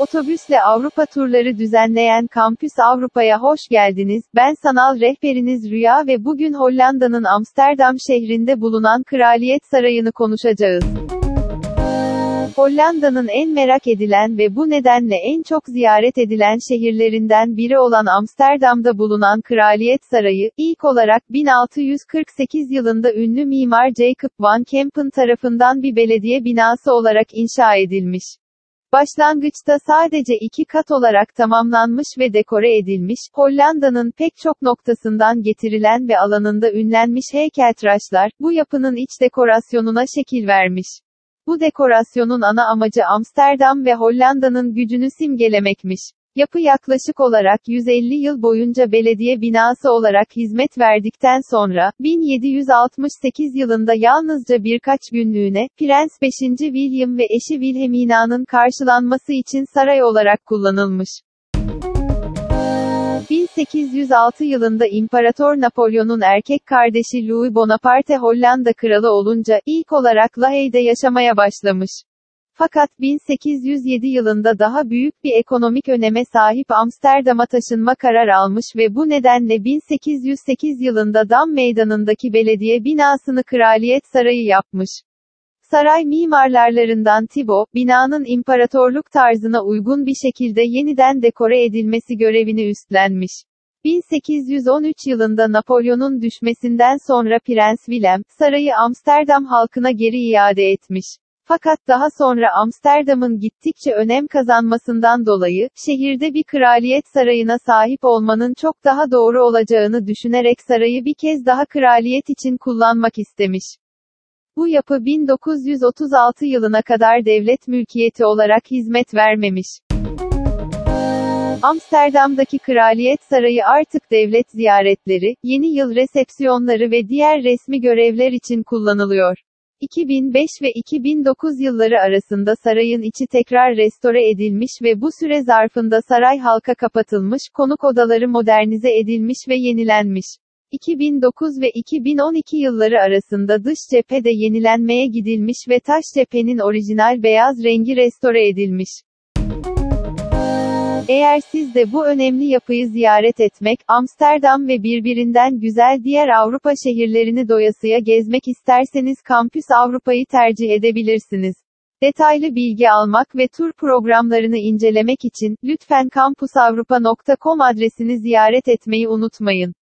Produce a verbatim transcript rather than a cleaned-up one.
Otobüsle Avrupa turları düzenleyen Kampüs Avrupa'ya hoş geldiniz. Ben sanal rehberiniz Rüya ve bugün Hollanda'nın Amsterdam şehrinde bulunan Kraliyet Sarayı'nı konuşacağız. Hollanda'nın en merak edilen ve bu nedenle en çok ziyaret edilen şehirlerinden biri olan Amsterdam'da bulunan Kraliyet Sarayı, ilk olarak bin altı yüz kırk sekiz yılında ünlü mimar Jacob van Campen tarafından bir belediye binası olarak inşa edilmiş. Başlangıçta sadece iki kat olarak tamamlanmış ve dekore edilmiş, Hollanda'nın pek çok noktasından getirilen ve alanında ünlenmiş heykeltıraşlar, bu yapının iç dekorasyonuna şekil vermiş. Bu dekorasyonun ana amacı Amsterdam ve Hollanda'nın gücünü simgelemekmiş. Yapı yaklaşık olarak yüz elli yıl boyunca belediye binası olarak hizmet verdikten sonra, bin yedi yüz altmış sekiz yılında yalnızca birkaç günlüğüne, Prens beşinci William ve eşi Wilhelmina'nın karşılanması için saray olarak kullanılmış. bin sekiz yüz altı yılında İmparator Napolyon'un erkek kardeşi Louis Bonaparte Hollanda kralı olunca, ilk olarak Lahey'de yaşamaya başlamış. Fakat bin sekiz yüz yedi yılında daha büyük bir ekonomik öneme sahip Amsterdam'a taşınma kararı almış ve bu nedenle bin sekiz yüz sekiz yılında Dam Meydanı'ndaki belediye binasını Kraliyet Sarayı yapmış. Saray mimarlarından Thibaut, binanın imparatorluk tarzına uygun bir şekilde yeniden dekore edilmesi görevini üstlenmiş. bin sekiz yüz on üç yılında Napolyon'un düşmesinden sonra Prens Willem, sarayı Amsterdam halkına geri iade etmiş. Fakat daha sonra Amsterdam'ın gittikçe önem kazanmasından dolayı, şehirde bir kraliyet sarayına sahip olmanın çok daha doğru olacağını düşünerek sarayı bir kez daha kraliyet için kullanmak istemiş. Bu yapı bin dokuz yüz otuz altı yılına kadar devlet mülkiyeti olarak hizmet vermemiş. Amsterdam'daki Kraliyet Sarayı artık devlet ziyaretleri, yeni yıl resepsiyonları ve diğer resmi görevler için kullanılıyor. iki bin beş ve iki bin dokuz yılları arasında sarayın içi tekrar restore edilmiş ve bu süre zarfında saray halka kapatılmış, konuk odaları modernize edilmiş ve yenilenmiş. iki bin dokuz ve iki bin on iki yılları arasında dış cephe de yenilenmeye gidilmiş ve taş cephenin orijinal beyaz rengi restore edilmiş. Eğer siz de bu önemli yapıyı ziyaret etmek, Amsterdam ve birbirinden güzel diğer Avrupa şehirlerini doyasıya gezmek isterseniz Kampüs Avrupa'yı tercih edebilirsiniz. Detaylı bilgi almak ve tur programlarını incelemek için, lütfen kampusavrupa nokta com adresini ziyaret etmeyi unutmayın.